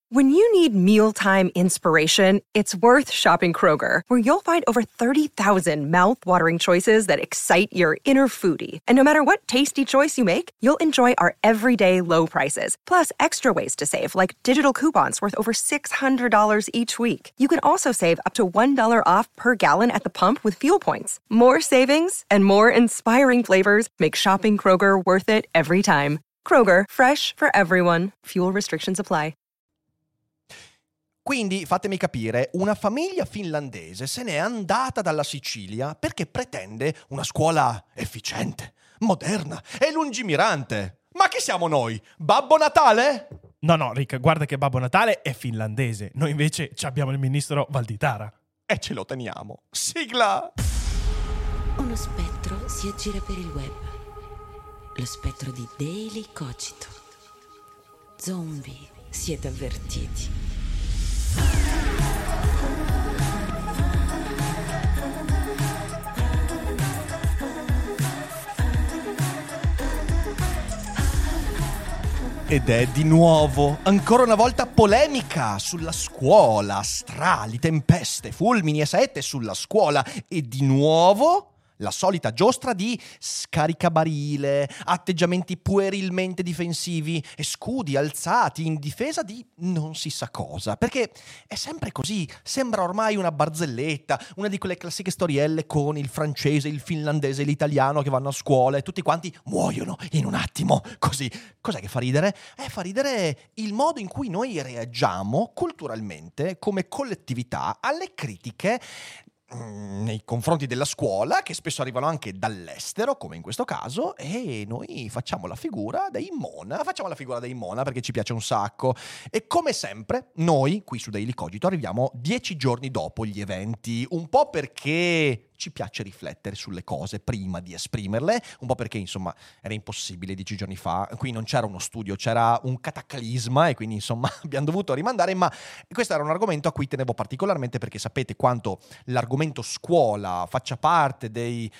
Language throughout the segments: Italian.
When you need mealtime inspiration, it's worth shopping Kroger, where you'll find over 30,000 mouth-watering choices that excite your inner foodie. And no matter what tasty choice you make, you'll enjoy our everyday low prices, plus extra ways to save, like digital coupons worth over $600 each week. You can also save up to $1 off per gallon at the pump with fuel points. More savings and more inspiring flavors make shopping Kroger worth it every time. Kroger, fresh for everyone. Fuel restrictions apply. Quindi, fatemi capire, una famiglia finlandese se n'è andata dalla Sicilia perché pretende una scuola efficiente, moderna e lungimirante. Ma chi siamo noi? Babbo Natale? No, Rick, guarda che Babbo Natale è finlandese. Noi invece abbiamo il ministro Valditara. E ce lo teniamo. Sigla! Uno spettro si aggira per il web. Lo spettro di Daily Cogito. Zombie, siete avvertiti. Ed è di nuovo, ancora una volta, polemica sulla scuola, strali, tempeste, fulmini e saette sulla scuola. E di nuovo la solita giostra di scaricabarile, atteggiamenti puerilmente difensivi e scudi alzati in difesa di non si sa cosa. Perché è sempre così, sembra ormai una barzelletta, una di quelle classiche storielle con il francese, il finlandese e l'italiano che vanno a scuola e tutti quanti muoiono in un attimo, così. Cos'è che fa ridere? Fa ridere il modo in cui noi reagiamo culturalmente, come collettività, alle critiche nei confronti della scuola, che spesso arrivano anche dall'estero, come in questo caso, e noi facciamo la figura dei Mona, perché ci piace un sacco. E come sempre, noi, qui su Daily Cogito, arriviamo 10 giorni dopo gli eventi, un po' perché ci piace riflettere sulle cose prima di esprimerle, un po' perché, insomma, era impossibile 10 giorni fa, qui non c'era uno studio, c'era un cataclisma e quindi, insomma, abbiamo dovuto rimandare, ma questo era un argomento a cui tenevo particolarmente perché sapete quanto l'argomento scuola faccia parte dei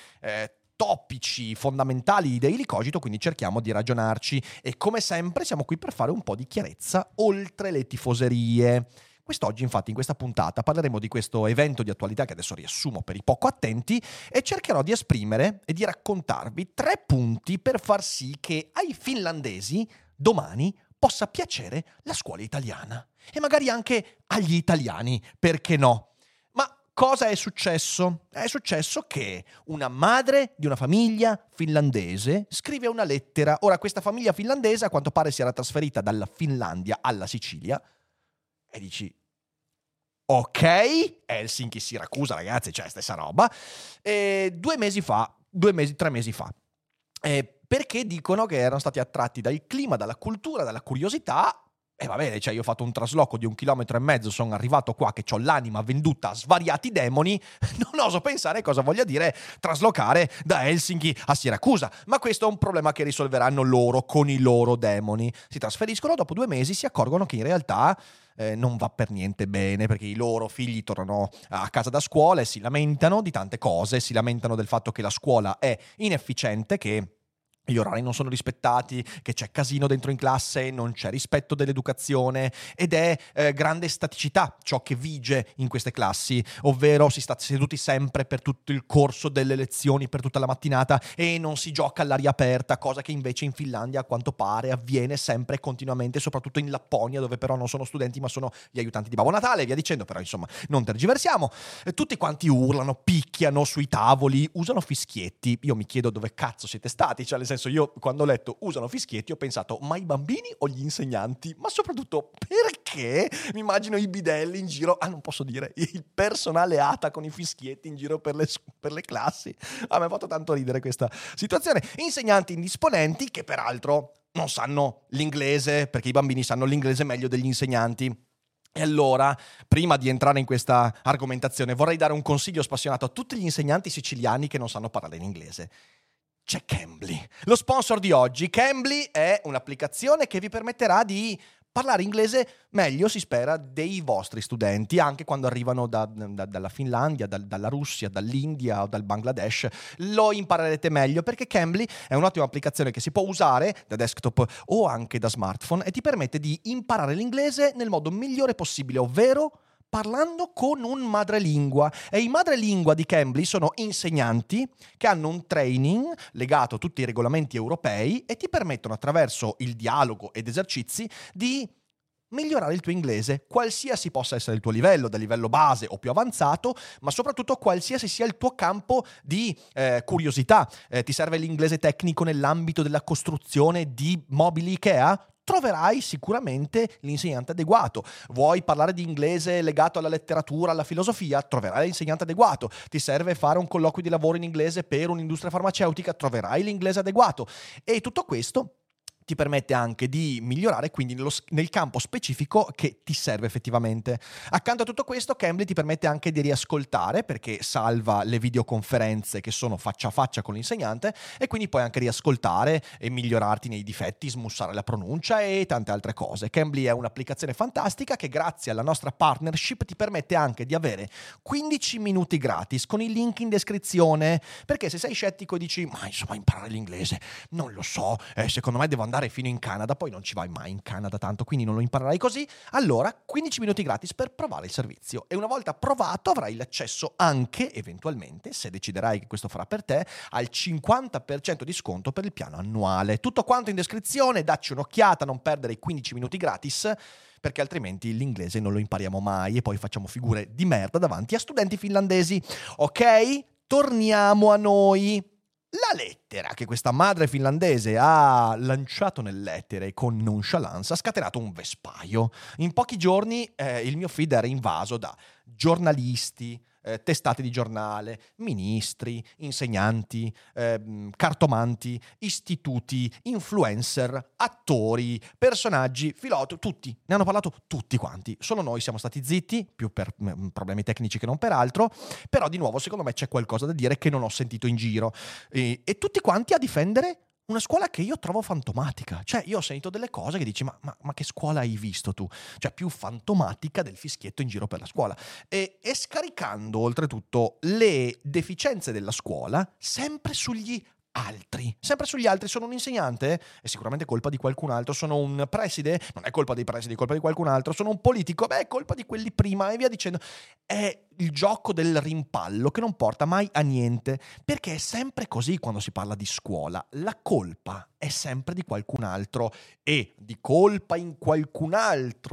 topici fondamentali di Daily Cogito, quindi cerchiamo di ragionarci e come sempre siamo qui per fare un po' di chiarezza oltre le tifoserie. Quest'oggi, infatti, in questa puntata parleremo di questo evento di attualità che adesso riassumo per i poco attenti e cercherò di esprimere e di raccontarvi 3 punti per far sì che ai finlandesi domani possa piacere la scuola italiana e magari anche agli italiani, perché no? Ma cosa è successo? È successo che una madre di una famiglia finlandese scrive una lettera. Ora, questa famiglia finlandese a quanto pare si era trasferita dalla Finlandia alla Sicilia e dici: ok, Helsinki, Siracusa, ragazzi, cioè stessa roba. 3 mesi fa, perché dicono che erano stati attratti dal clima, dalla cultura, dalla curiosità. E va bene, cioè io ho fatto un trasloco di 1,5 km, sono arrivato qua che ho l'anima venduta a svariati demoni, non oso pensare cosa voglia dire traslocare da Helsinki a Siracusa, ma questo è un problema che risolveranno loro con i loro demoni. Si trasferiscono, dopo 2 mesi si accorgono che in realtà non va per niente bene, perché i loro figli tornano a casa da scuola e si lamentano di tante cose, si lamentano del fatto che la scuola è inefficiente, che gli orari non sono rispettati, che c'è casino dentro in classe, non c'è rispetto dell'educazione ed è grande staticità ciò che vige in queste classi, ovvero si sta seduti sempre per tutto il corso delle lezioni, per tutta la mattinata e non si gioca all'aria aperta, cosa che invece in Finlandia a quanto pare avviene sempre e continuamente, soprattutto in Lapponia, dove però non sono studenti ma sono gli aiutanti di Babbo Natale e via dicendo, però insomma non tergiversiamo. Tutti quanti urlano, picchiano sui tavoli, usano fischietti. Io mi chiedo dove cazzo siete stati, cioè nel senso, io quando ho letto usano fischietti ho pensato ma i bambini o gli insegnanti? Ma soprattutto perché mi immagino i bidelli in giro, non posso dire, il personale ATA con i fischietti in giro per le classi. Mi ha fatto tanto ridere questa situazione. Insegnanti indisponenti che peraltro non sanno l'inglese, perché i bambini sanno l'inglese meglio degli insegnanti. E allora, prima di entrare in questa argomentazione, vorrei dare un consiglio spassionato a tutti gli insegnanti siciliani che non sanno parlare in inglese. C'è Cambly, lo sponsor di oggi. Cambly è un'applicazione che vi permetterà di parlare inglese meglio, si spera, dei vostri studenti, anche quando arrivano dalla Finlandia, dalla Russia, dall'India o dal Bangladesh. Lo imparerete meglio perché Cambly è un'ottima applicazione che si può usare da desktop o anche da smartphone e ti permette di imparare l'inglese nel modo migliore possibile, ovvero parlando con un madrelingua. E i madrelingua di Cambly sono insegnanti che hanno un training legato a tutti i regolamenti europei e ti permettono, attraverso il dialogo ed esercizi, di migliorare il tuo inglese, qualsiasi possa essere il tuo livello, da livello base o più avanzato, ma soprattutto qualsiasi sia il tuo campo di curiosità. Ti serve l'inglese tecnico nell'ambito della costruzione di mobili Ikea? Troverai sicuramente l'insegnante adeguato. Vuoi parlare di inglese legato alla letteratura, alla filosofia? Troverai l'insegnante adeguato. Ti serve fare un colloquio di lavoro in inglese per un'industria farmaceutica? Troverai l'inglese adeguato. E tutto questo ti permette anche di migliorare quindi nel campo specifico che ti serve effettivamente. Accanto a tutto questo, Cambly ti permette anche di riascoltare, perché salva le videoconferenze che sono faccia a faccia con l'insegnante, e quindi puoi anche riascoltare e migliorarti nei difetti, smussare la pronuncia e tante altre cose. Cambly è un'applicazione fantastica che, grazie alla nostra partnership, ti permette anche di avere 15 minuti gratis con il link in descrizione, perché se sei scettico e dici ma insomma imparare l'inglese non lo so, secondo me devo andare fino in Canada, poi non ci vai mai in Canada tanto, quindi non lo imparerai così, allora 15 minuti gratis per provare il servizio, e una volta provato avrai l'accesso anche, eventualmente, se deciderai che questo farà per te, al 50% di sconto per il piano annuale. Tutto quanto in descrizione, dacci un'occhiata, non perdere i 15 minuti gratis, perché altrimenti l'inglese non lo impariamo mai e poi facciamo figure di merda davanti a studenti finlandesi. Ok? Torniamo a noi. La lettera che questa madre finlandese ha lanciato nell'etere con nonchalance ha scatenato un vespaio. In pochi giorni il mio feed era invaso da giornalisti, testate di giornale, ministri, insegnanti, cartomanti, istituti, influencer, attori, personaggi, filosofi, tutti. Ne hanno parlato tutti quanti. Solo noi siamo stati zitti, più per problemi tecnici che non per altro, però di nuovo secondo me c'è qualcosa da dire che non ho sentito in giro. E tutti quanti a difendere una scuola che io trovo fantomatica. Cioè, io ho sentito delle cose che dici, ma che scuola hai visto tu? Cioè, più fantomatica del fischietto in giro per la scuola. E scaricando, oltretutto, le deficienze della scuola sempre sugli altri. Sempre sugli altri. Sono un insegnante? È sicuramente colpa di qualcun altro. Sono un preside? Non è colpa dei presidi, è colpa di qualcun altro. Sono un politico? Beh, è colpa di quelli prima, e via dicendo. È il gioco del rimpallo che non porta mai a niente, perché è sempre così quando si parla di scuola. La colpa è sempre di qualcun altro, e di colpa in qualcun altro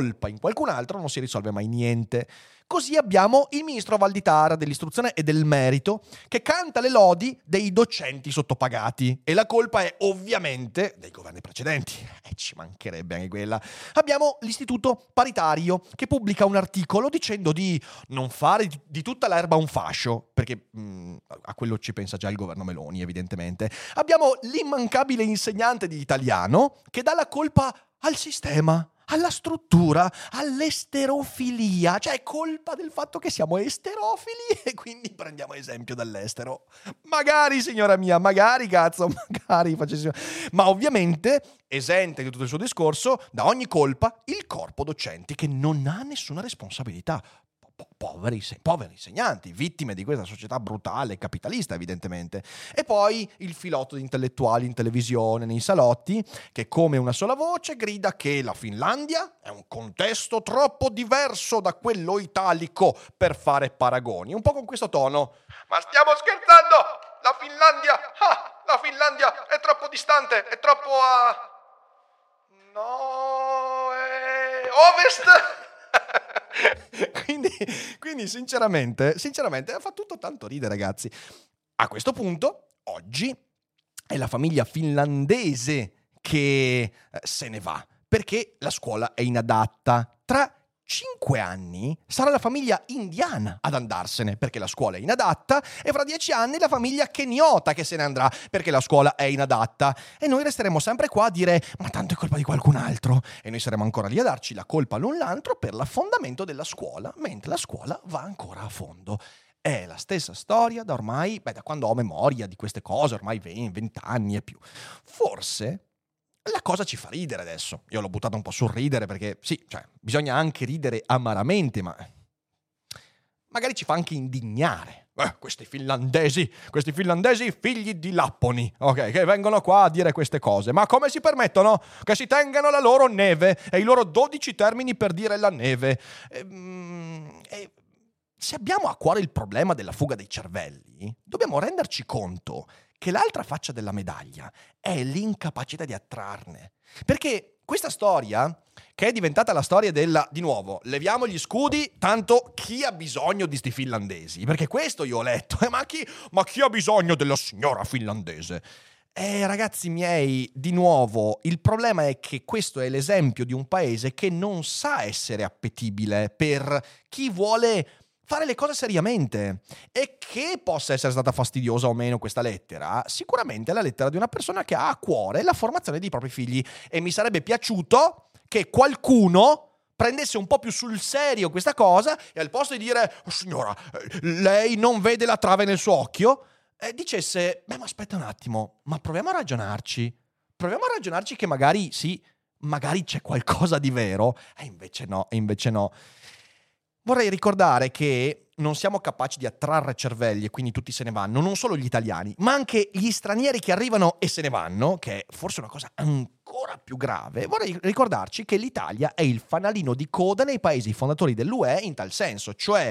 non si risolve mai niente. Così abbiamo il ministro Valditara dell'istruzione e del merito che canta le lodi dei docenti sottopagati, e la colpa è ovviamente dei governi precedenti. Ci mancherebbe anche quella. Abbiamo l'istituto paritario che pubblica un articolo dicendo di non fare di tutta l'erba un fascio, perché a quello ci pensa già il governo Meloni, evidentemente. Abbiamo l'immancabile insegnante di italiano che dà la colpa al sistema, alla struttura, all'esterofilia. Cioè è colpa del fatto che siamo esterofili e quindi prendiamo esempio dall'estero. Magari, signora mia, magari, cazzo, magari facessimo. Ma ovviamente esente di tutto il suo discorso da ogni colpa il corpo docenti, che non ha nessuna responsabilità. Poveri insegnanti, vittime di questa società brutale e capitalista, evidentemente. E poi il filotto di intellettuali in televisione, nei salotti, che come una sola voce grida che la Finlandia è un contesto troppo diverso da quello italico per fare paragoni. Un po' con questo tono. Ma stiamo scherzando? La Finlandia è troppo distante, è troppo a... No, è... ovest! quindi sinceramente fa tutto tanto ridere, ragazzi. A questo punto oggi è la famiglia finlandese che se ne va perché la scuola è inadatta. Tra 5 anni sarà la famiglia indiana ad andarsene perché la scuola è inadatta, e fra 10 anni la famiglia keniota che se ne andrà perché la scuola è inadatta, e noi resteremo sempre qua a dire ma tanto è colpa di qualcun altro, e noi saremo ancora lì a darci la colpa l'un l'altro per l'affondamento della scuola, mentre la scuola va ancora a fondo. È la stessa storia da ormai, da quando ho memoria di queste cose, ormai 20 anni e più. Forse La cosa ci fa ridere adesso. Io l'ho buttato un po' sul ridere perché sì, cioè, bisogna anche ridere amaramente, ma magari ci fa anche indignare. Questi finlandesi figli di lapponi, ok, che vengono qua a dire queste cose. Ma come si permettono che si tengano la loro neve e i loro 12 termini per dire la neve? Se abbiamo a cuore il problema della fuga dei cervelli, dobbiamo renderci conto che l'altra faccia della medaglia è l'incapacità di attrarne. Perché questa storia, che è diventata la storia di nuovo, leviamo gli scudi, tanto chi ha bisogno di sti finlandesi? Perché questo io ho letto, ma chi ha bisogno della signora finlandese? Ragazzi miei, di nuovo, il problema è che questo è l'esempio di un paese che non sa essere appetibile per chi vuole fare le cose seriamente. E che possa essere stata fastidiosa o meno questa lettera, sicuramente è la lettera di una persona che ha a cuore la formazione dei propri figli, e mi sarebbe piaciuto che qualcuno prendesse un po' più sul serio questa cosa e al posto di dire signora, lei non vede la trave nel suo occhio, dicesse ma aspetta un attimo, ma proviamo a ragionarci che magari sì, magari c'è qualcosa di vero, e invece no. Vorrei ricordare che non siamo capaci di attrarre cervelli e quindi tutti se ne vanno, non solo gli italiani, ma anche gli stranieri che arrivano e se ne vanno, che è forse una cosa ancora più grave. Vorrei ricordarci che l'Italia è il fanalino di coda nei paesi fondatori dell'UE in tal senso, cioè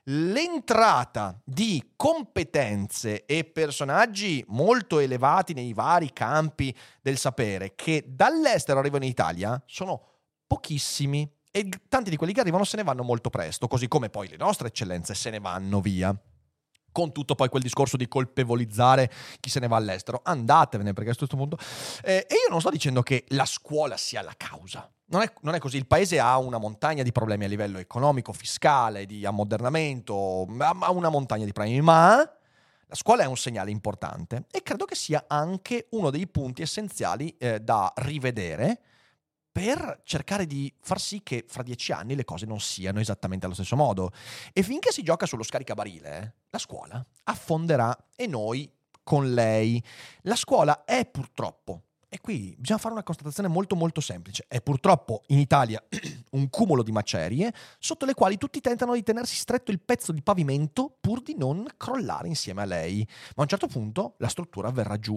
l'entrata di competenze e personaggi molto elevati nei vari campi del sapere che dall'estero arrivano in Italia sono pochissimi. E tanti di quelli che arrivano se ne vanno molto presto, così come poi le nostre eccellenze se ne vanno via. Con tutto poi quel discorso di colpevolizzare chi se ne va all'estero. Andatevene, perché a questo punto... E io non sto dicendo che la scuola sia la causa. Non è così. Il paese ha una montagna di problemi a livello economico, fiscale, di ammodernamento, ha una montagna di problemi, ma la scuola è un segnale importante e credo che sia anche uno dei punti essenziali da rivedere per cercare di far sì che fra 10 anni le cose non siano esattamente allo stesso modo. E finché si gioca sullo scaricabarile, la scuola affonderà e noi con lei. La scuola è purtroppo, e qui bisogna fare una constatazione molto molto semplice, è purtroppo in Italia un cumulo di macerie sotto le quali tutti tentano di tenersi stretto il pezzo di pavimento pur di non crollare insieme a lei. Ma a un certo punto la struttura verrà giù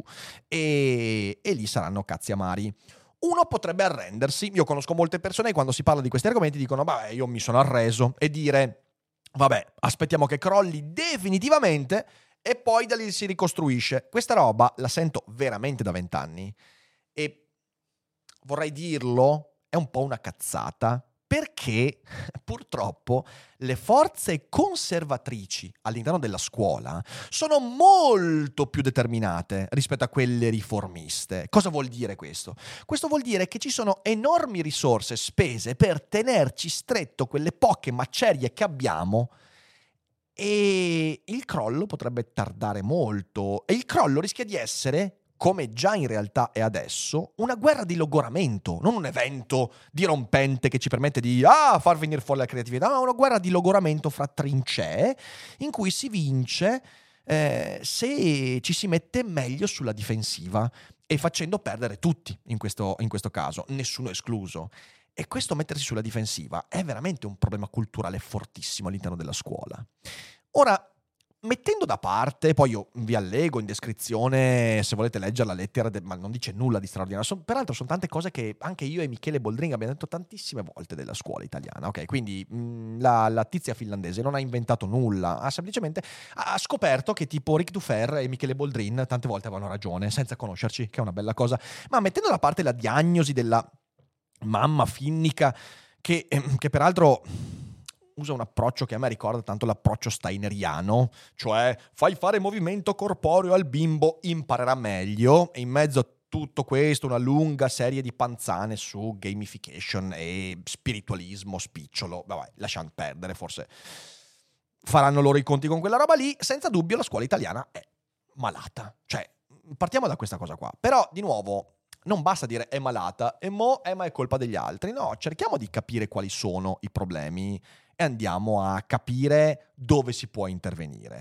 e lì saranno cazzi amari. Uno potrebbe arrendersi. Io conosco molte persone che quando si parla di questi argomenti dicono vabbè, io mi sono arreso, e dire vabbè, aspettiamo che crolli definitivamente e poi da lì si ricostruisce. Questa roba la sento veramente da 20 anni e vorrei dirlo, è un po' una cazzata, perché purtroppo le forze conservatrici all'interno della scuola sono molto più determinate rispetto a quelle riformiste. Cosa vuol dire questo? Questo vuol dire che ci sono enormi risorse spese per tenerci stretto quelle poche macerie che abbiamo, e il crollo potrebbe tardare molto, e il crollo rischia di essere, come già in realtà è adesso, una guerra di logoramento, non un evento dirompente che ci permette di far venire fuori la creatività, ma una guerra di logoramento fra trincee in cui si vince se ci si mette meglio sulla difensiva e facendo perdere tutti in questo caso, nessuno escluso. E questo mettersi sulla difensiva è veramente un problema culturale fortissimo all'interno della scuola. Ora, mettendo da parte, poi io vi allego in descrizione se volete leggere la lettera, ma non dice nulla di straordinario. Peraltro sono tante cose che anche io e Michele Boldrin abbiamo detto tantissime volte della scuola italiana, ok? Quindi la tizia finlandese non ha inventato nulla, ha semplicemente scoperto che tipo Ric Dufer e Michele Boldrin tante volte avevano ragione, senza conoscerci, che è una bella cosa. Ma mettendo da parte la diagnosi della mamma finnica, che peraltro usa un approccio che a me ricorda tanto l'approccio steineriano, cioè fai fare movimento corporeo al bimbo, imparerà meglio, e in mezzo a tutto questo una lunga serie di panzane su gamification e spiritualismo spicciolo. Vabbè, lasciamo perdere, forse faranno loro i conti con quella roba lì. Senza dubbio la scuola italiana è malata, cioè partiamo da questa cosa qua. Però di nuovo non basta dire è malata e ma è colpa degli altri. No, cerchiamo di capire quali sono i problemi e andiamo a capire dove si può intervenire.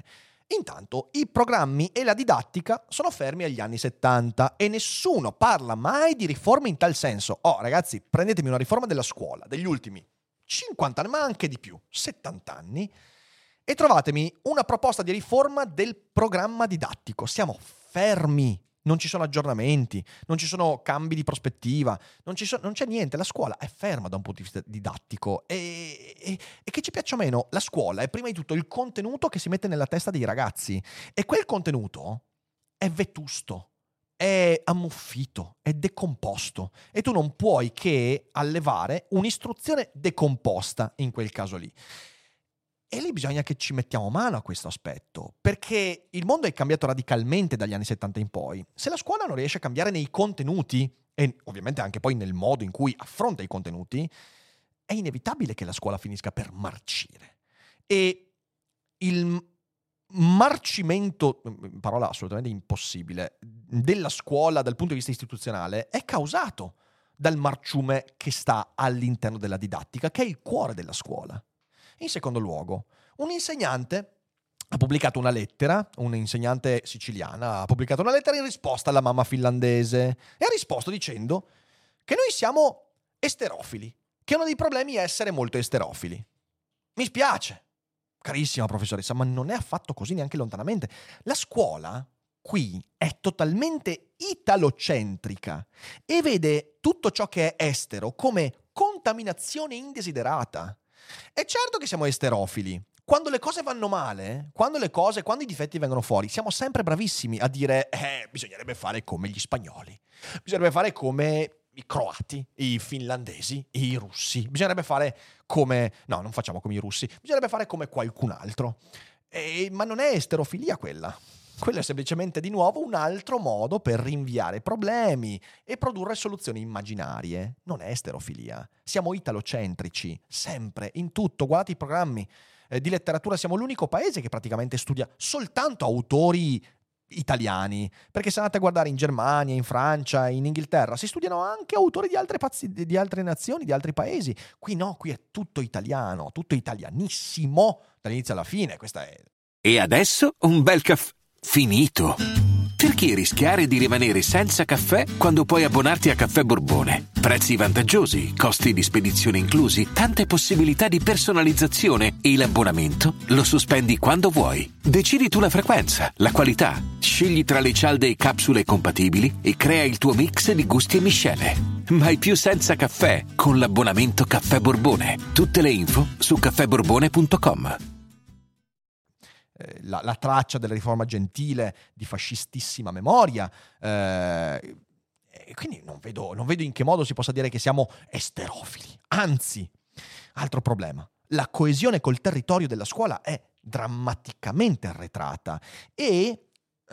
Intanto i programmi e la didattica sono fermi agli anni 70 e nessuno parla mai di riforme in tal senso. Oh ragazzi, prendetemi una riforma della scuola degli ultimi 50 anni, ma anche di più, 70 anni, e trovatemi una proposta di riforma del programma didattico. Siamo fermi, non ci sono aggiornamenti, non ci sono cambi di prospettiva, non c'è niente, la scuola è ferma da un punto di vista didattico e che ci piaccia o meno, la scuola è prima di tutto il contenuto che si mette nella testa dei ragazzi e quel contenuto è vetusto, è ammuffito, è decomposto e tu non puoi che allevare un'istruzione decomposta in quel caso lì. E lì bisogna che ci mettiamo mano a questo aspetto, perché il mondo è cambiato radicalmente dagli anni 70 in poi. Se la scuola non riesce a cambiare nei contenuti, e ovviamente anche poi nel modo in cui affronta i contenuti, è inevitabile che la scuola finisca per marcire. E il marcimento, parola assolutamente impossibile, della scuola dal punto di vista istituzionale è causato dal marciume che sta all'interno della didattica, che è il cuore della scuola. In secondo luogo, un insegnante ha pubblicato una lettera, un'insegnante siciliana ha pubblicato una lettera in risposta alla mamma finlandese e ha risposto dicendo che noi siamo esterofili, che uno dei problemi è essere molto esterofili. Mi spiace, carissima professoressa, ma non è affatto così neanche lontanamente. La scuola qui è totalmente italocentrica e vede tutto ciò che è estero come contaminazione indesiderata. È certo che siamo esterofili. Quando le cose vanno male, quando i difetti vengono fuori, siamo sempre bravissimi a dire bisognerebbe fare come gli spagnoli, bisognerebbe fare come i croati, i finlandesi, i russi, bisognerebbe fare come... No, non facciamo come i russi, bisognerebbe fare come qualcun altro. Ma non è esterofilia quella. Quello è semplicemente di nuovo un altro modo per rinviare problemi e produrre soluzioni immaginarie. Non è esterofilia. Siamo italocentrici, sempre, in tutto. Guardate i programmi di letteratura, siamo l'unico paese che praticamente studia soltanto autori italiani. Perché se andate a guardare in Germania, in Francia, in Inghilterra, si studiano anche autori di altre nazioni, di altri paesi. Qui no, qui è tutto italiano, tutto italianissimo, dall'inizio alla fine. Questa è... E adesso un bel caffè finito. Perché rischiare di rimanere senza caffè quando puoi abbonarti a Caffè Borbone? Prezzi vantaggiosi, costi di spedizione inclusi, tante possibilità di personalizzazione e l'abbonamento lo sospendi quando vuoi. Decidi tu la frequenza, la qualità, scegli tra le cialde e capsule compatibili e crea il tuo mix di gusti e miscele. Mai più senza caffè con l'abbonamento Caffè Borbone. Tutte le info su caffèborbone.com. La traccia della riforma Gentile di fascistissima memoria, e quindi non vedo in che modo si possa dire che siamo esterofili. Anzi, altro problema, la coesione col territorio della scuola è drammaticamente arretrata e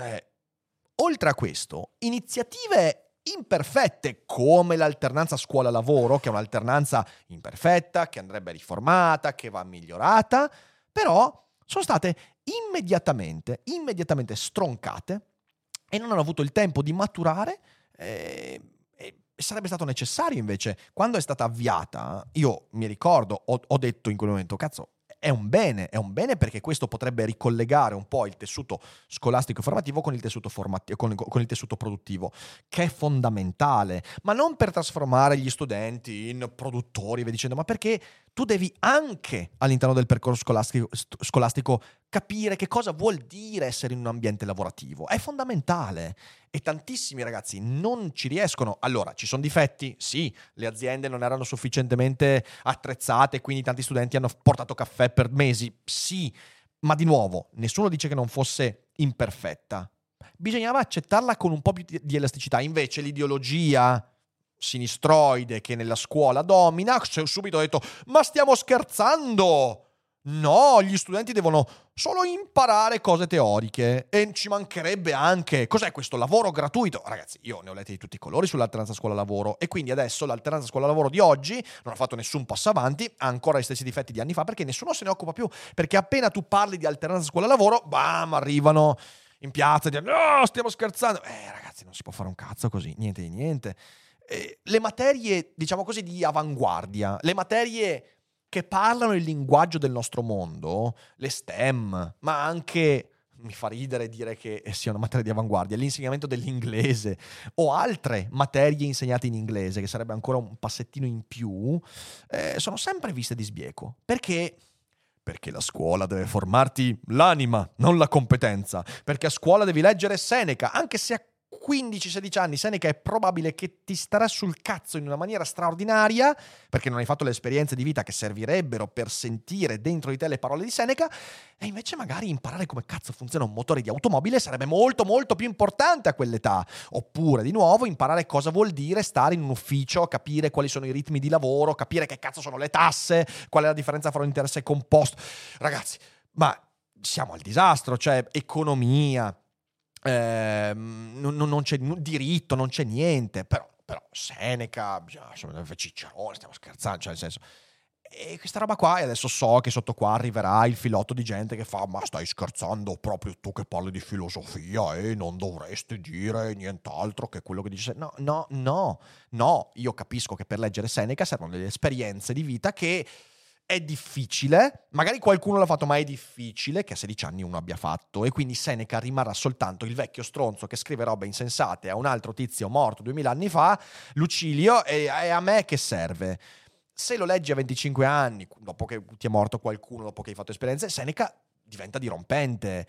oltre a questo iniziative imperfette come l'alternanza scuola-lavoro, che è un'alternanza imperfetta, che andrebbe riformata, che va migliorata, però sono state immediatamente stroncate e non hanno avuto il tempo di maturare e sarebbe stato necessario invece. Quando è stata avviata, io mi ricordo, ho detto in quel momento, cazzo, è un bene perché questo potrebbe ricollegare un po' il tessuto scolastico e formativo con il tessuto con il tessuto produttivo, che è fondamentale, ma non per trasformare gli studenti in produttori, via dicendo, ma perché tu devi anche all'interno del percorso scolastico capire che cosa vuol dire essere in un ambiente lavorativo. È fondamentale e tantissimi ragazzi non ci riescono. Allora, ci sono difetti? Sì, le aziende non erano sufficientemente attrezzate, quindi tanti studenti hanno portato caffè per mesi. Sì, ma di nuovo, nessuno dice che non fosse imperfetta. Bisognava accettarla con un po' più di elasticità. Invece l'ideologia sinistroide che nella scuola domina, subito ho detto, ma stiamo scherzando? No, gli studenti devono solo imparare cose teoriche e ci mancherebbe anche, cos'è questo lavoro gratuito? Ragazzi, io ne ho letti di tutti i colori sull'alternanza scuola-lavoro e quindi adesso l'alternanza scuola-lavoro di oggi non ha fatto nessun passo avanti, ha ancora gli stessi difetti di anni fa perché nessuno se ne occupa più, perché appena tu parli di alternanza scuola-lavoro, bam, arrivano in piazza e dicono, no, stiamo scherzando. Ragazzi, non si può fare un cazzo così, niente di niente. Le materie, diciamo così, di avanguardia, le materie che parlano il linguaggio del nostro mondo, le STEM, ma anche mi fa ridere dire che sia una materia di avanguardia, l'insegnamento dell'inglese o altre materie insegnate in inglese, che sarebbe ancora un passettino in più, sono sempre viste di sbieco. Perché la scuola deve formarti l'anima, non la competenza. Perché a scuola devi leggere Seneca, anche se a 15-16 anni Seneca è probabile che ti starà sul cazzo in una maniera straordinaria, perché non hai fatto le esperienze di vita che servirebbero per sentire dentro di te le parole di Seneca, e invece magari imparare come cazzo funziona un motore di automobile sarebbe molto molto più importante a quell'età. Oppure, di nuovo, imparare cosa vuol dire stare in un ufficio, capire quali sono i ritmi di lavoro, capire che cazzo sono le tasse, qual è la differenza fra un interesse e composto. Ragazzi, ma siamo al disastro, cioè economia, non c'è diritto, non c'è niente, però Seneca, Ciccerone, stiamo scherzando, cioè nel senso, e questa roba qua, e adesso so che sotto qua arriverà il filotto di gente che fa: ma stai scherzando, proprio tu che parli di filosofia e non dovresti dire nient'altro che quello che dici. No, io capisco che per leggere Seneca servono delle esperienze di vita che è difficile, magari qualcuno l'ha fatto, ma è difficile che a 16 anni uno abbia fatto, e quindi Seneca rimarrà soltanto il vecchio stronzo che scrive robe insensate a un altro tizio morto 2000 anni fa, Lucilio, e a me che serve? Se lo leggi a 25 anni, dopo che ti è morto qualcuno, dopo che hai fatto esperienze, Seneca diventa dirompente,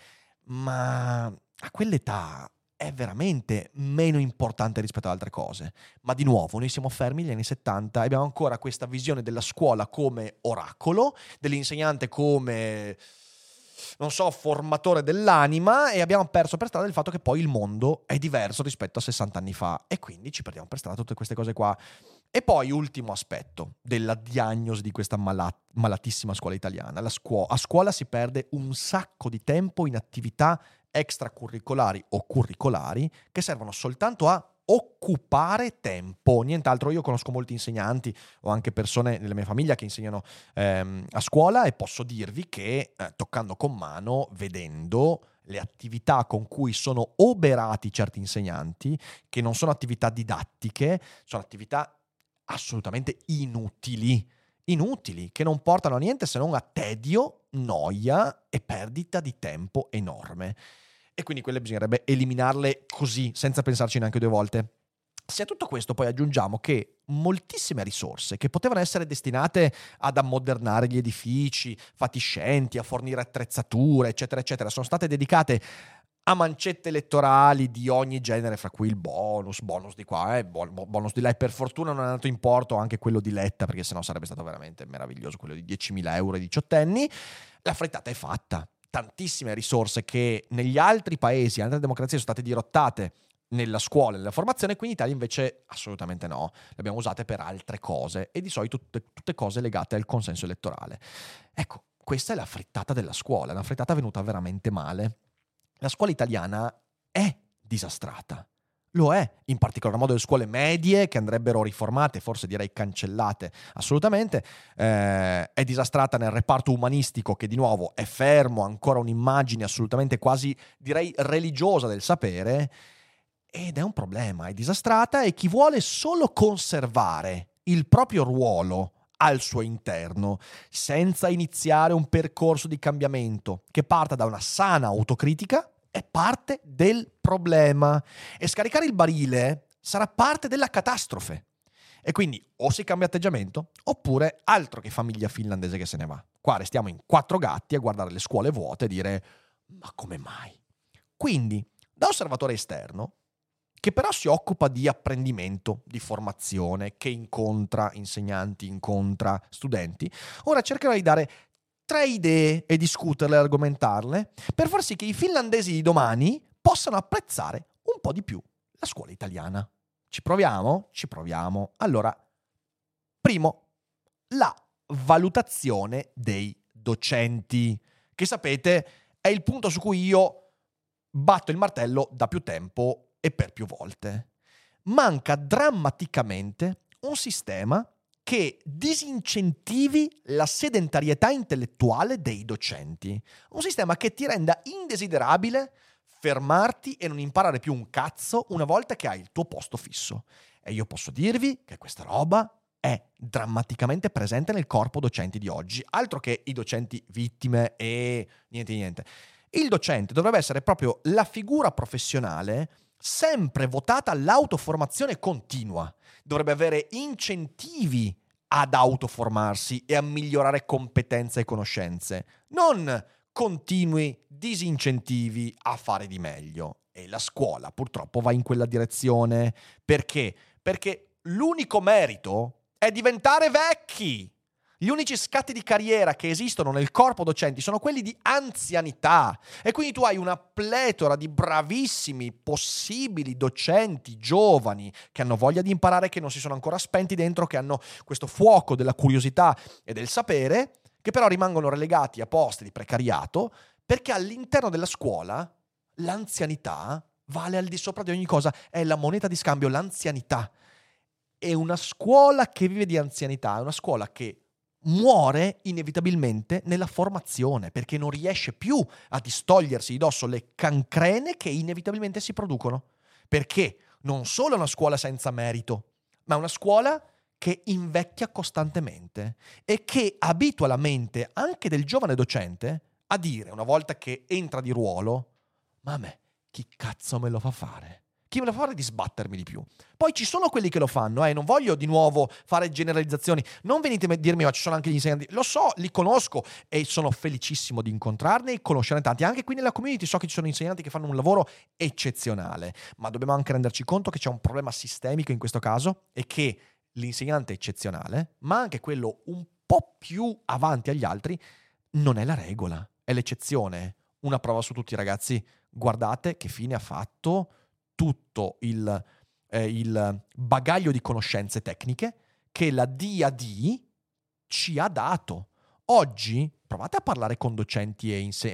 ma a quell'età è veramente meno importante rispetto ad altre cose. Ma di nuovo, noi siamo fermi negli anni 70 e abbiamo ancora questa visione della scuola come oracolo, dell'insegnante come, non so, formatore dell'anima, e abbiamo perso per strada il fatto che poi il mondo è diverso rispetto a 60 anni fa, e quindi ci perdiamo per strada tutte queste cose qua. E poi, ultimo aspetto della diagnosi di questa malatissima scuola italiana. A scuola si perde un sacco di tempo in attività extracurricolari o curricolari che servono soltanto a occupare tempo, nient'altro. Io conosco molti insegnanti, o anche persone nella mia famiglia che insegnano a scuola, e posso dirvi che toccando con mano, vedendo le attività con cui sono oberati certi insegnanti, che non sono attività didattiche, sono attività assolutamente inutili, che non portano a niente se non a tedio, noia e perdita di tempo enorme. E quindi quelle bisognerebbe eliminarle così, senza pensarci neanche due volte. Se a tutto questo poi aggiungiamo che moltissime risorse che potevano essere destinate ad ammodernare gli edifici fatiscenti, a fornire attrezzature, eccetera, eccetera, sono state dedicate a mancette elettorali di ogni genere, fra cui il bonus di qua, bonus di là, e per fortuna non è andato in porto anche quello di Letta, perché sennò sarebbe stato veramente meraviglioso, quello di 10.000 euro ai diciottenni. La frittata è fatta. Tantissime risorse che negli altri paesi, altre democrazie, sono state dirottate nella scuola e nella formazione, qui in Italia invece assolutamente no, le abbiamo usate per altre cose, e di solito tutte cose legate al consenso elettorale. Ecco, questa è la frittata della scuola, una frittata venuta veramente male. La scuola italiana è disastrata, lo è, in particolar modo le scuole medie, che andrebbero riformate, forse direi cancellate assolutamente. È disastrata nel reparto umanistico, che di nuovo è fermo, ancora un'immagine assolutamente quasi direi religiosa del sapere, ed è un problema, è disastrata, e chi vuole solo conservare il proprio ruolo al suo interno, senza iniziare un percorso di cambiamento che parta da una sana autocritica, è parte del problema, e scaricare il barile sarà parte della catastrofe. E quindi o si cambia atteggiamento, oppure altro che famiglia finlandese che se ne va. Qua restiamo in 4 gatti a guardare le scuole vuote e dire: ma come mai? Quindi, da osservatore esterno, che però si occupa di apprendimento, di formazione, che incontra insegnanti, incontra studenti, ora cercherò di dare 3 idee e discuterle, argomentarle, per far sì che i finlandesi di domani possano apprezzare un po' di più la scuola italiana. Ci proviamo? Ci proviamo. Allora, primo, la valutazione dei docenti, che sapete è il punto su cui io batto il martello da più tempo e per più volte. Manca drammaticamente un sistema che disincentivi la sedentarietà intellettuale dei docenti. Un sistema che ti renda indesiderabile fermarti e non imparare più un cazzo una volta che hai il tuo posto fisso. E io posso dirvi che questa roba è drammaticamente presente nel corpo docenti di oggi. Altro che i docenti vittime e niente. Il docente dovrebbe essere proprio la figura professionale sempre votata all'autoformazione continua. Dovrebbe avere incentivi ad autoformarsi e a migliorare competenze e conoscenze, non continui disincentivi a fare di meglio. E la scuola purtroppo va in quella direzione. Perché? Perché l'unico merito è diventare vecchi. Gli unici scatti di carriera che esistono nel corpo docenti sono quelli di anzianità, e quindi tu hai una pletora di bravissimi possibili docenti giovani che hanno voglia di imparare, che non si sono ancora spenti dentro, che hanno questo fuoco della curiosità e del sapere, che però rimangono relegati a posti di precariato perché all'interno della scuola l'anzianità vale al di sopra di ogni cosa, è la moneta di scambio, l'anzianità. E una scuola che vive di anzianità è una scuola che muore inevitabilmente nella formazione, perché non riesce più a distogliersi di dosso le cancrene che inevitabilmente si producono. Perché non solo è una scuola senza merito, ma è una scuola che invecchia costantemente e che abitua la mente anche del giovane docente a dire, una volta che entra di ruolo: ma a me chi cazzo me lo fa fare? Chi me lo fa fare di sbattermi di più? Poi ci sono quelli che lo fanno, non voglio di nuovo fare generalizzazioni, non venite a dirmi ma ci sono anche gli insegnanti, lo so, li conosco e sono felicissimo di incontrarne e conoscerne tanti, anche qui nella community so che ci sono insegnanti che fanno un lavoro eccezionale, ma dobbiamo anche renderci conto che c'è un problema sistemico in questo caso, e che l'insegnante eccezionale, ma anche quello un po' più avanti agli altri, non è la regola, è l'eccezione. Una prova su tutti, ragazzi, guardate che fine ha fatto tutto il bagaglio di conoscenze tecniche che la DAD ci ha dato. Oggi provate a parlare con docenti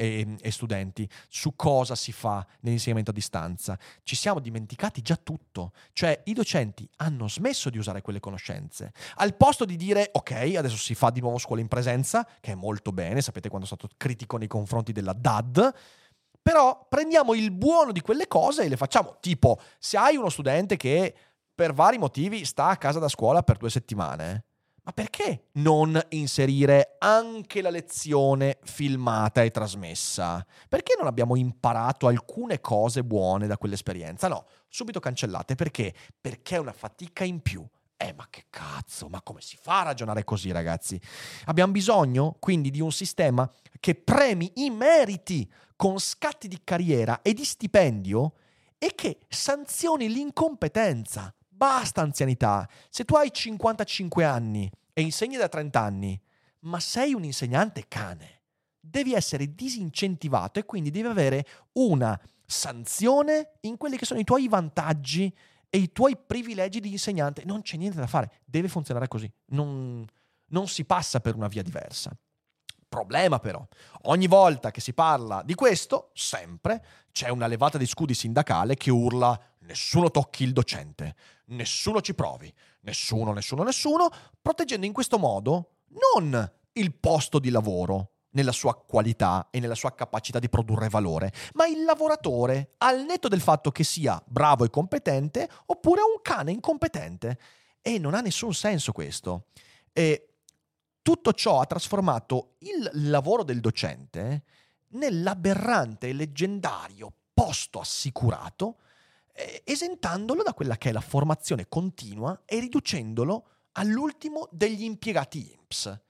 e studenti su cosa si fa nell'insegnamento a distanza. Ci siamo dimenticati già tutto. Cioè, i docenti hanno smesso di usare quelle conoscenze. Al posto di dire, ok, adesso si fa di nuovo scuola in presenza, che è molto bene, sapete quando sono stato critico nei confronti della DAD, però prendiamo il buono di quelle cose e le facciamo. Tipo, se hai uno studente che per vari motivi sta a casa da scuola per 2 settimane, ma perché non inserire anche la lezione filmata e trasmessa? Perché non abbiamo imparato alcune cose buone da quell'esperienza? No, subito cancellate. Perché? Perché è una fatica in più. Ma che cazzo, ma come si fa a ragionare così, ragazzi? Abbiamo bisogno quindi di un sistema che premi i meriti con scatti di carriera e di stipendio e che sanzioni l'incompetenza. Basta anzianità. Se tu hai 55 anni e insegni da 30 anni, ma sei un insegnante cane, devi essere disincentivato e quindi devi avere una sanzione in quelli che sono i tuoi vantaggi e i tuoi privilegi di insegnante. Non c'è niente da fare, deve funzionare così, non si passa per una via diversa. Problema però, ogni volta che si parla di questo, sempre c'è una levata di scudi sindacale che urla: nessuno tocchi il docente, nessuno ci provi, nessuno, proteggendo in questo modo non il posto di lavoro nella sua qualità e nella sua capacità di produrre valore, ma il lavoratore, al netto del fatto che sia bravo e competente oppure un cane incompetente. E non ha nessun senso questo. E tutto ciò ha trasformato il lavoro del docente nell'aberrante e leggendario posto assicurato, esentandolo da quella che è la formazione continua e riducendolo all'ultimo degli impiegati INPS.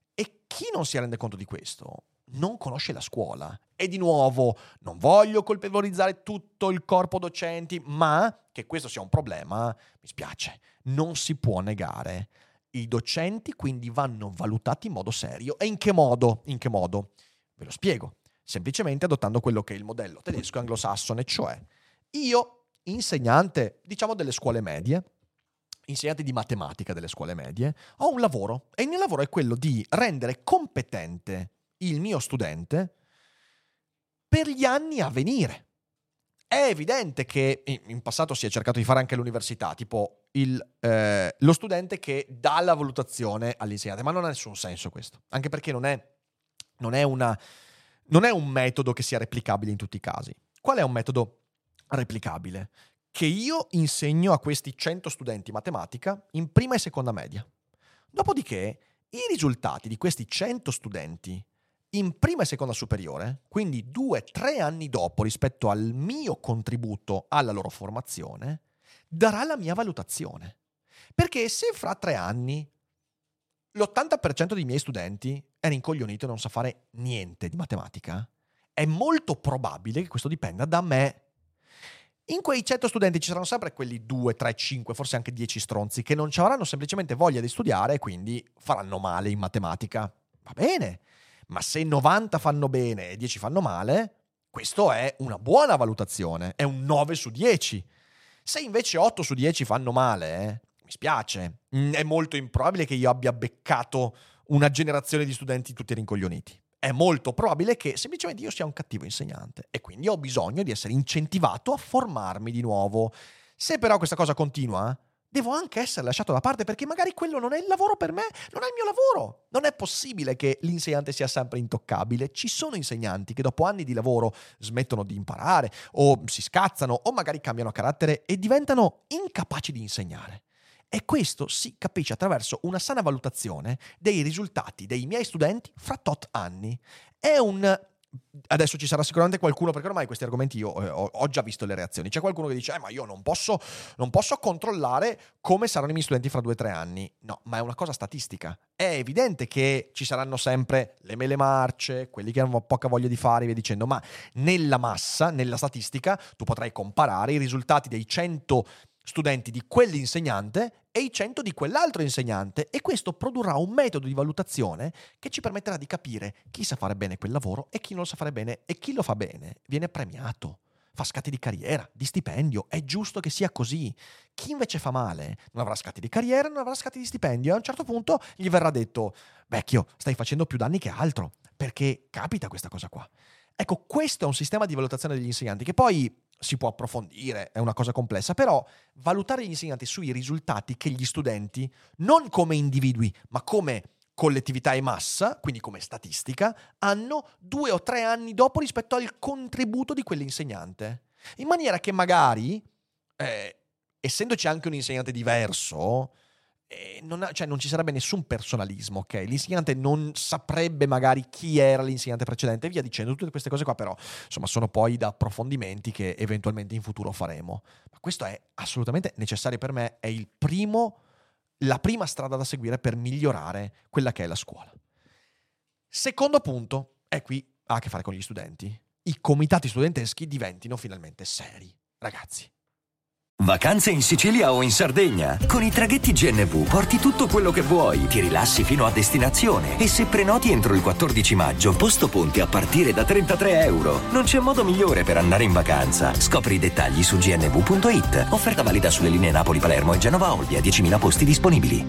E chi non si rende conto di questo non conosce la scuola. E di nuovo, non voglio colpevolizzare tutto il corpo docenti, ma che questo sia un problema, mi spiace, non si può negare. I docenti quindi vanno valutati in modo serio. E in che modo? Ve lo spiego. Semplicemente adottando quello che è il modello tedesco e anglosassone, cioè io, insegnante, diciamo delle scuole medie, insegnante di matematica delle scuole medie, ho un lavoro e il mio lavoro è quello di rendere competente il mio studente per gli anni a venire. È evidente che in passato si è cercato di fare anche all'università, tipo lo studente che dà la valutazione all'insegnante, ma non ha nessun senso questo, anche perché non è un metodo che sia replicabile in tutti i casi. Qual è un metodo replicabile? Che io insegno a questi 100 studenti matematica in prima e seconda media. Dopodiché i risultati di questi 100 studenti in prima e seconda superiore, quindi 2-3 anni dopo rispetto al mio contributo alla loro formazione, darà la mia valutazione. Perché se fra 3 anni l'80% dei miei studenti è rincoglionito e non sa fare niente di matematica, è molto probabile che questo dipenda da me. In quei 100 studenti ci saranno sempre quelli 2, 3, 5, forse anche 10 stronzi che non ci avranno semplicemente voglia di studiare e quindi faranno male in matematica. Va bene, ma se 90 fanno bene e 10 fanno male, questo è una buona valutazione, è un 9 su 10. Se invece 8 su 10 fanno male, mi spiace, è molto improbabile che io abbia beccato una generazione di studenti tutti rincoglioniti. È molto probabile che semplicemente io sia un cattivo insegnante e quindi ho bisogno di essere incentivato a formarmi di nuovo. Se però questa cosa continua, devo anche essere lasciato da parte perché magari quello non è il lavoro per me, non è il mio lavoro. Non è possibile che l'insegnante sia sempre intoccabile. Ci sono insegnanti che dopo anni di lavoro smettono di imparare o si scazzano o magari cambiano carattere e diventano incapaci di insegnare. E questo si capisce attraverso una sana valutazione dei risultati dei miei studenti fra tot anni. Adesso ci sarà sicuramente qualcuno, perché ormai questi argomenti io ho già visto le reazioni. C'è qualcuno che dice ma io non posso controllare come saranno i miei studenti fra 2-3 anni. No, ma è una cosa statistica. È evidente che ci saranno sempre le mele marce, quelli che hanno poca voglia di fare e via dicendo, ma nella massa, nella statistica, tu potrai comparare i risultati dei 100 studenti di quell'insegnante e i 100 di quell'altro insegnante, e questo produrrà un metodo di valutazione che ci permetterà di capire chi sa fare bene quel lavoro e chi non lo sa fare bene, e chi lo fa bene viene premiato, fa scatti di carriera, di stipendio. È giusto che sia così. Chi invece fa male non avrà scatti di carriera, non avrà scatti di stipendio, e a un certo punto gli verrà detto vecchio, stai facendo più danni che altro, perché capita questa cosa qua. Ecco, questo è un sistema di valutazione degli insegnanti che poi si può approfondire, è una cosa complessa, però valutare gli insegnanti sui risultati che gli studenti, non come individui, ma come collettività e massa, quindi come statistica, hanno 2 o 3 anni dopo rispetto al contributo di quell'insegnante. In maniera che magari, essendoci anche un insegnante diverso, non ci sarebbe nessun personalismo, ok? L'insegnante non saprebbe magari chi era l'insegnante precedente e via dicendo. Tutte queste cose qua però, insomma, sono poi da approfondimenti che eventualmente in futuro faremo. Ma questo è assolutamente necessario per me, è la prima strada da seguire per migliorare quella che è la scuola. Secondo punto, e qui ha a che fare con gli studenti. I comitati studenteschi diventino finalmente seri. Ragazzi, Vacanze in Sicilia o in Sardegna? Con i traghetti GNV porti tutto quello che vuoi, ti rilassi fino a destinazione e se prenoti entro il 14 maggio, posto ponti a partire da €33. Non c'è modo migliore per andare in vacanza. Scopri i dettagli su gnv.it. Offerta valida sulle linee Napoli-Palermo e Genova-Olbia, 10.000 posti disponibili.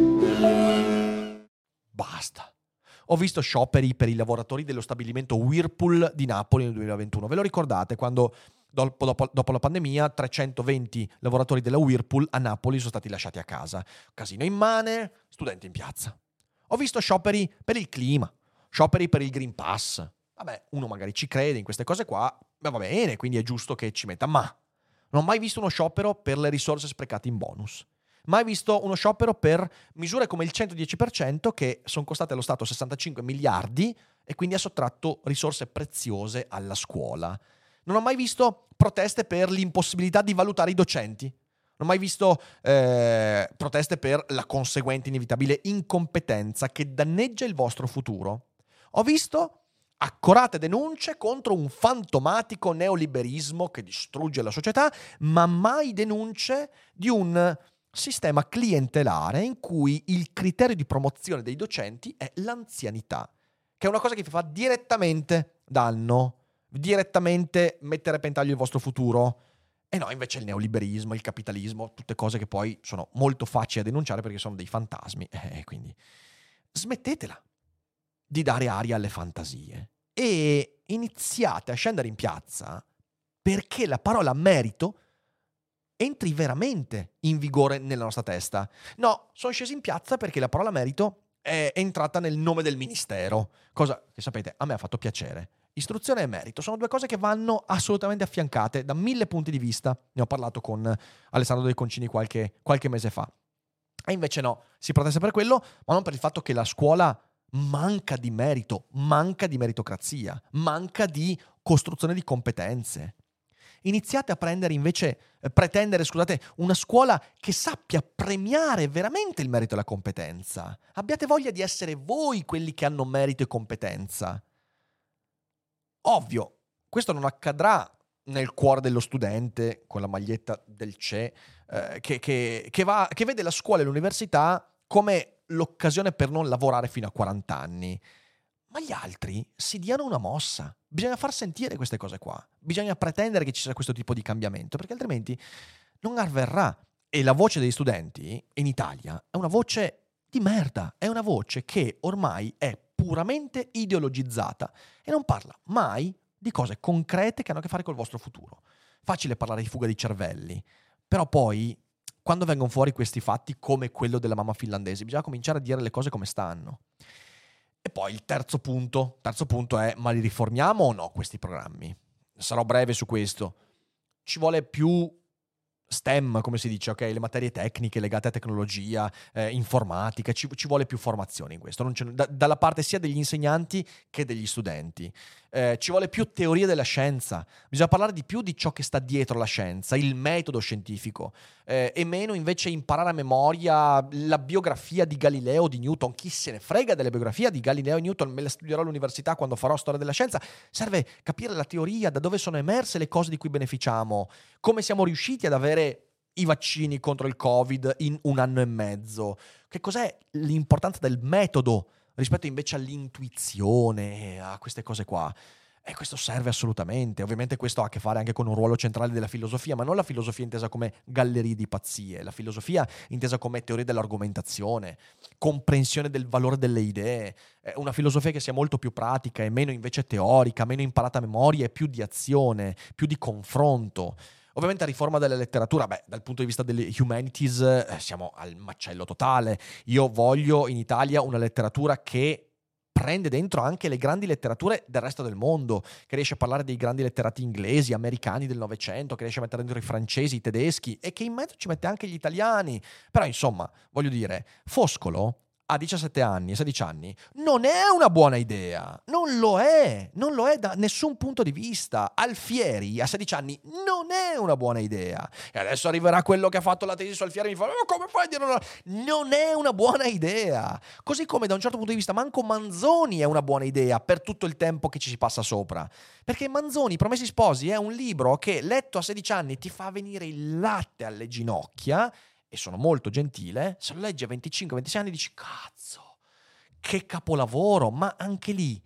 Basta. Ho visto scioperi per i lavoratori dello stabilimento Whirlpool di Napoli nel 2021. Ve lo ricordate quando dopo la pandemia 320 lavoratori della Whirlpool a Napoli sono stati lasciati a casa? Casino immane, studenti in piazza. Ho visto scioperi per il clima, scioperi per il Green Pass. Vabbè, uno magari ci crede in queste cose qua, ma va bene, quindi è giusto che ci metta. Ma non ho mai visto uno sciopero per le risorse sprecate in bonus. Mai visto uno sciopero per misure come il 110% che sono costate allo Stato 65 miliardi e quindi ha sottratto risorse preziose alla scuola. Non ho mai visto proteste per l'impossibilità di valutare i docenti. Non ho mai visto proteste per la conseguente inevitabile incompetenza che danneggia il vostro futuro. Ho visto accorate denunce contro un fantomatico neoliberismo che distrugge la società, ma mai denunce di un sistema clientelare in cui il criterio di promozione dei docenti è l'anzianità, che è una cosa che vi fa direttamente danno, direttamente mettere a repentaglio il vostro futuro. E no, invece il neoliberismo, il capitalismo, tutte cose che poi sono molto facili da denunciare perché sono dei fantasmi. Quindi smettetela di dare aria alle fantasie e iniziate a scendere in piazza perché la parola merito entri veramente in vigore nella nostra testa. No, sono scesi in piazza perché la parola merito è entrata nel nome del ministero, cosa che sapete a me ha fatto piacere. Istruzione e merito sono due cose che vanno assolutamente affiancate da 1000 punti di vista. Ne ho parlato con Alessandro Del Concini qualche mese fa. E invece no, si protesta per quello, ma non per il fatto che la scuola manca di merito, manca di meritocrazia, manca di costruzione di competenze. Iniziate a pretendere, una scuola che sappia premiare veramente il merito e la competenza. Abbiate voglia di essere voi quelli che hanno merito e competenza. Ovvio, questo non accadrà nel cuore dello studente con la maglietta del CE che vede la scuola e l'università come l'occasione per non lavorare fino a 40 anni. Ma gli altri si diano una mossa. Bisogna far sentire queste cose qua. Bisogna pretendere che ci sia questo tipo di cambiamento, perché altrimenti non avverrà. E la voce degli studenti in Italia è una voce di merda. È una voce che ormai è puramente ideologizzata e non parla mai di cose concrete che hanno a che fare col vostro futuro. Facile parlare di fuga di cervelli, però poi, quando vengono fuori questi fatti come quello della mamma finlandese, bisogna cominciare a dire le cose come stanno. E poi il terzo punto è: ma li riformiamo o no questi programmi? Sarò breve su questo. Ci vuole più STEM, come si dice, ok? Le materie tecniche legate a tecnologia, informatica, ci vuole più formazione in questo, non c'è, dalla parte sia degli insegnanti che degli studenti. Ci vuole più teoria della scienza, bisogna parlare di più di ciò che sta dietro la scienza, il metodo scientifico, e meno invece imparare a memoria la biografia di Galileo o di Newton. Chi se ne frega della biografia di Galileo e Newton, me la studierò all'università quando farò storia della scienza. Serve capire la teoria, da dove sono emerse le cose di cui beneficiamo, come siamo riusciti ad avere i vaccini contro il Covid in 1 anno e mezzo, che cos'è l'importanza del metodo rispetto invece all'intuizione, a queste cose qua. E questo serve assolutamente. Ovviamente questo ha a che fare anche con un ruolo centrale della filosofia, ma non la filosofia intesa come gallerie di pazzie, la filosofia intesa come teoria dell'argomentazione, comprensione del valore delle idee, una filosofia che sia molto più pratica e meno invece teorica, meno imparata a memoria e più di azione, più di confronto. Ovviamente riforma della letteratura, dal punto di vista delle humanities siamo al macello totale. Io voglio in Italia una letteratura che prende dentro anche le grandi letterature del resto del mondo, che riesce a parlare dei grandi letterati inglesi, americani del Novecento, che riesce a mettere dentro i francesi, i tedeschi e che in mezzo ci mette anche gli italiani. Però insomma, voglio dire, Foscolo a 17 anni, 16 anni, non è una buona idea. Non lo è da nessun punto di vista. Alfieri a 16 anni non è una buona idea. E adesso arriverà quello che ha fatto la tesi su Alfieri e mi fa: ma come fai a dire no? Non è una buona idea. Così come da un certo punto di vista manco Manzoni è una buona idea per tutto il tempo che ci si passa sopra. Perché Manzoni, Promessi Sposi, è un libro che letto a 16 anni ti fa venire il latte alle ginocchia. E sono molto gentile, se lo leggi a 25-26 anni dici: cazzo, che capolavoro. Ma anche lì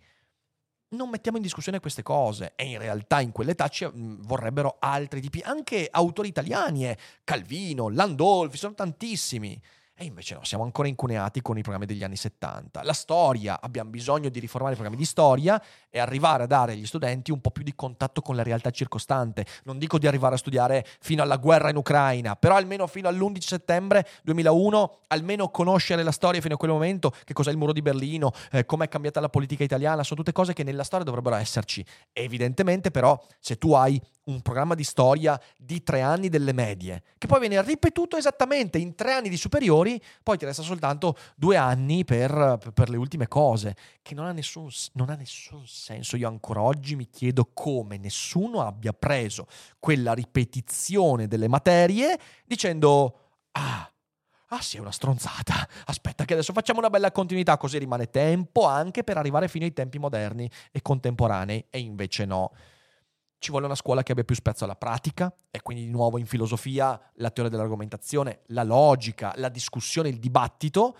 non mettiamo in discussione queste cose, e in realtà in quell'età ci vorrebbero altri tipi, anche autori italiani, Calvino, Landolfi, sono tantissimi. E invece no, siamo ancora incuneati con i programmi degli anni 70. La storia, abbiamo bisogno di riformare i programmi di storia e arrivare a dare agli studenti un po' più di contatto con la realtà circostante. Non dico di arrivare a studiare fino alla guerra in Ucraina, però almeno fino all'11 settembre 2001, almeno conoscere la storia fino a quel momento, che cos'è il muro di Berlino, com'è cambiata la politica italiana, sono tutte cose che nella storia dovrebbero esserci. Evidentemente però, se tu hai un programma di storia di 3 anni delle medie, che poi viene ripetuto esattamente in 3 anni di superiori, poi ti resta soltanto 2 anni per le ultime cose, che non ha nessun senso. Io ancora oggi mi chiedo come nessuno abbia preso quella ripetizione delle materie dicendo: ah sì, è una stronzata, aspetta che adesso facciamo una bella continuità, così rimane tempo anche per arrivare fino ai tempi moderni e contemporanei. E invece no. Ci vuole una scuola che abbia più spezzo alla pratica, e quindi di nuovo in filosofia la teoria dell'argomentazione, la logica, la discussione, il dibattito,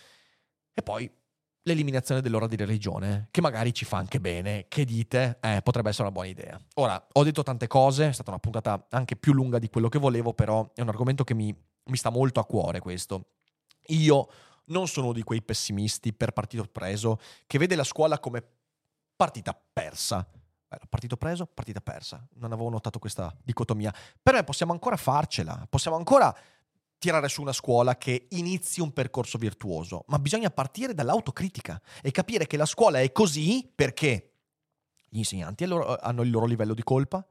e poi l'eliminazione dell'ora di religione, che magari ci fa anche bene. Che dite? Potrebbe essere una buona idea. Ora, ho detto tante cose, è stata una puntata anche più lunga di quello che volevo, però è un argomento che mi sta molto a cuore questo. Io non sono uno di quei pessimisti per partito preso che vede la scuola come partita persa. Partito preso, partita persa. Non avevo notato questa dicotomia. Per me possiamo ancora farcela, possiamo ancora tirare su una scuola che inizi un percorso virtuoso, ma bisogna partire dall'autocritica e capire che la scuola è così perché gli insegnanti hanno il loro livello di colpa,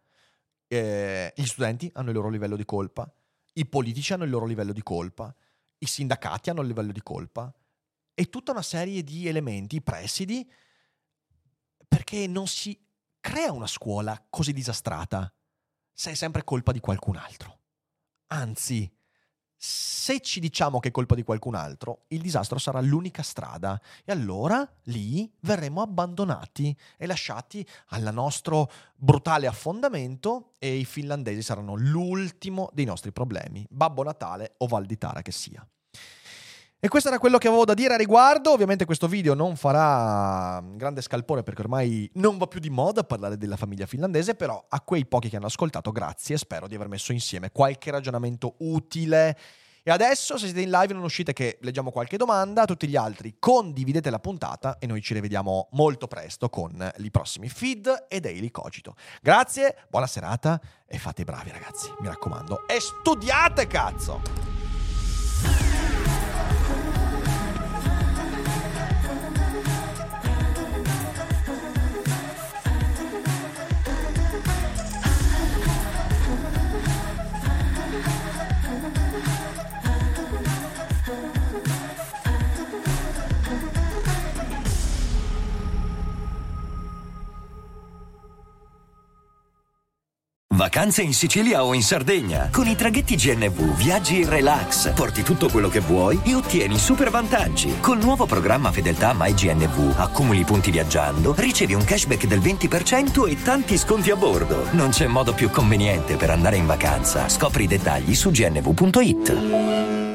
gli studenti hanno il loro livello di colpa, i politici hanno il loro livello di colpa, i sindacati hanno il livello di colpa, e tutta una serie di elementi presidi perché non si crea una scuola così disastrata se è sempre colpa di qualcun altro. Anzi, se ci diciamo che è colpa di qualcun altro, il disastro sarà l'unica strada e allora lì verremo abbandonati e lasciati al nostro brutale affondamento e i finlandesi saranno l'ultimo dei nostri problemi, Babbo Natale o Val di Tara che sia. E questo era quello che avevo da dire a riguardo. Ovviamente questo video non farà grande scalpore perché ormai non va più di moda parlare della famiglia finlandese, però a quei pochi che hanno ascoltato grazie e spero di aver messo insieme qualche ragionamento utile. E adesso, se siete in live e non uscite, che leggiamo qualche domanda, a tutti gli altri condividete la puntata e noi ci rivediamo molto presto con i prossimi feed e Daily Cogito. Grazie, buona serata e fate i bravi ragazzi, mi raccomando, e studiate cazzo! Vacanze in Sicilia o in Sardegna. Con i traghetti GNV viaggi in relax, porti tutto quello che vuoi e ottieni super vantaggi. Col nuovo programma Fedeltà MyGNV accumuli punti viaggiando, ricevi un cashback del 20% e tanti sconti a bordo. Non c'è modo più conveniente per andare in vacanza. Scopri i dettagli su gnv.it.